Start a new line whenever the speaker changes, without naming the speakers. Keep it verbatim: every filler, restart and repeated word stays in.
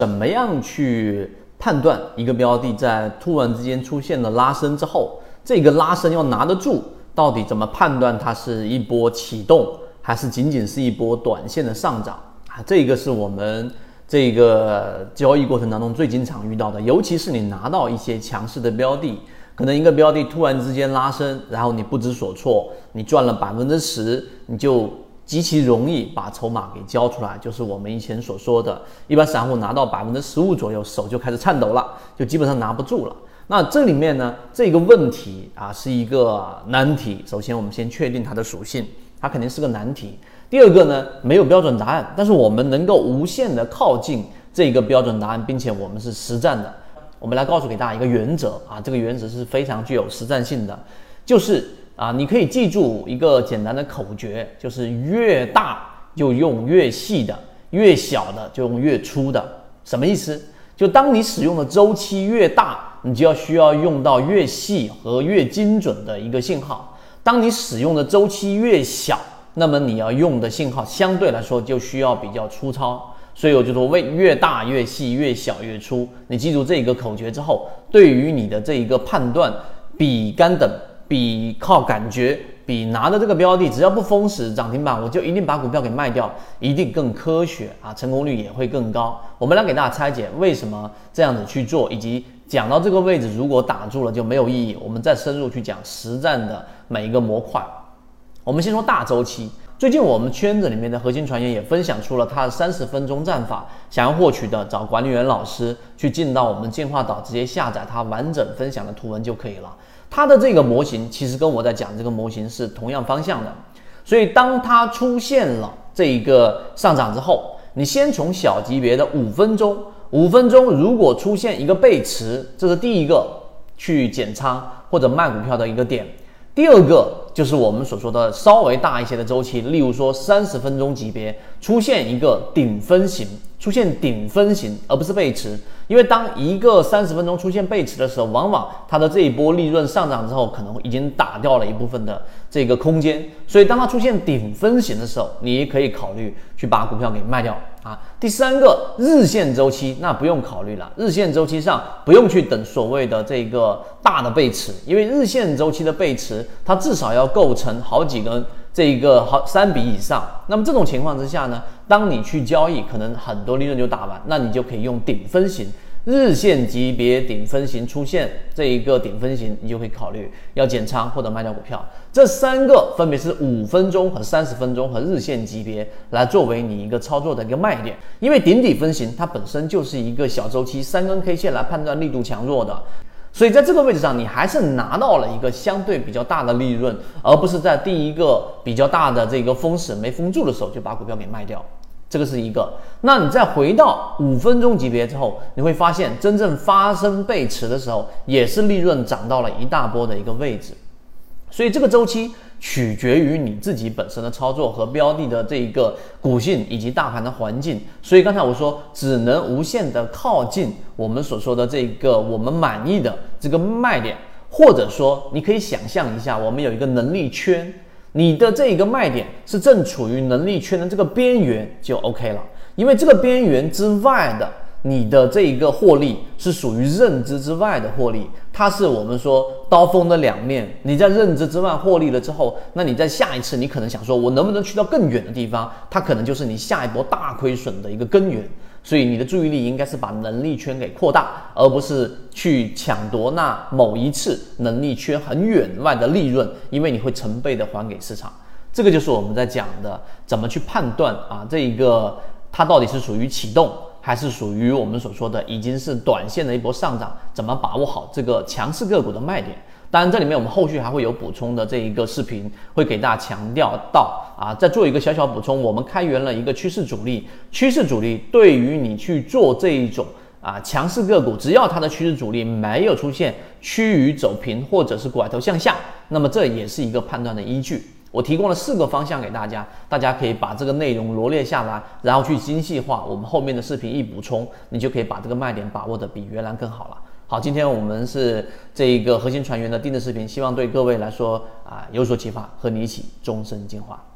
怎么样去判断一个标的在突然之间出现了拉升之后，这个拉升要拿得住，到底怎么判断它是一波启动，还是仅仅是一波短线的上涨啊？这个是我们这个交易过程当中最经常遇到的，尤其是你拿到一些强势的标的，可能一个标的突然之间拉升，然后你不知所措，你赚了百分之十，你就极其容易把筹码给交出来，就是我们以前所说的，一般散户拿到百分之十五左右，手就开始颤抖了，就基本上拿不住了。那这里面呢，这个问题啊是一个难题。首先，我们先确定它的属性，它肯定是个难题。第二个呢，没有标准答案，但是我们能够无限的靠近这个标准答案，并且我们是实战的。我们来告诉给大家一个原则啊，这个原则是非常具有实战性的，就是啊，你可以记住一个简单的口诀，就是越大就用越细的，越小的就用越粗的。什么意思？就当你使用的周期越大，你就要需要用到越细和越精准的一个信号。当你使用的周期越小，那么你要用的信号相对来说就需要比较粗糙。所以我就说为越大越细，越小越粗。你记住这个口诀之后，对于你的这一个判断，比干等，比靠感觉，比拿的这个标的只要不封死涨停板，我就一定把股票给卖掉，一定更科学啊，成功率也会更高。我们来给大家拆解为什么这样子去做，以及讲到这个位置如果打住了就没有意义。我们再深入去讲实战的每一个模块。我们先说大周期。最近我们圈子里面的核心船员也分享出了他的三十分钟战法，想要获取的找管理员老师去进到我们进化岛，直接下载他完整分享的图文就可以了。他的这个模型其实跟我在讲这个模型是同样方向的，所以当它出现了这一个上涨之后，你先从小级别的五分钟，五分钟如果出现一个背驰，这是第一个去减仓或者卖股票的一个点。第二个就是我们所说的稍微大一些的周期，例如说三十分钟级别出现一个顶分型，出现顶分型而不是背驰。因为当一个三十分钟出现背驰的时候，往往它的这一波利润上涨之后，可能已经打掉了一部分的这个空间。所以当它出现顶分型的时候，你也可以考虑去把股票给卖掉啊。第三个日线周期，那不用考虑了，日线周期上不用去等所谓的这个大的背驰，因为日线周期的背驰，它至少要构成好几根这个好三笔以上。那么这种情况之下呢，当你去交易，可能很多利润就打完，那你就可以用顶分型。日线级别顶分型出现这一个顶分型，你就可以考虑要减仓或者卖掉股票。这三个分别是五分钟和三十分钟和日线级别来作为你一个操作的一个卖点。因为顶底分型它本身就是一个小周期，三根 K 线来判断力度强弱的，所以在这个位置上你还是拿到了一个相对比较大的利润，而不是在第一个比较大的这个封死没封住的时候就把股票给卖掉。这个是一个。那你再回到五分钟级别之后，你会发现真正发生背驰的时候，也是利润涨到了一大波的一个位置。所以这个周期取决于你自己本身的操作和标的的这一个股性以及大盘的环境。所以刚才我说只能无限的靠近我们所说的这个我们满意的这个卖点，或者说你可以想象一下，我们有一个能力圈，你的这个卖点是正处于能力圈的这个边缘就 OK 了。因为这个边缘之外的你的这一个获利是属于认知之外的获利，它是我们说刀锋的两面。你在认知之外获利了之后，那你在下一次你可能想说我能不能去到更远的地方，它可能就是你下一波大亏损的一个根源。所以你的注意力应该是把能力圈给扩大，而不是去抢夺那某一次能力圈很远外的利润，因为你会成倍的还给市场。这个就是我们在讲的怎么去判断啊，这一个它到底是属于启动，还是属于我们所说的已经是短线的一波上涨，怎么把握好这个强势个股的卖点。当然这里面我们后续还会有补充的这一个视频，会给大家强调到啊，再做一个小小补充，我们开源了一个趋势主力，趋势主力对于你去做这一种啊强势个股，只要它的趋势主力没有出现趋于走平或者是拐头向下，那么这也是一个判断的依据。我提供了四个方向给大家，大家可以把这个内容罗列下来，然后去精细化，我们后面的视频一补充，你就可以把这个卖点把握的比原来更好了。好，今天我们是这一个核心船员的定制视频，希望对各位来说啊有所启发，和你一起终身进化。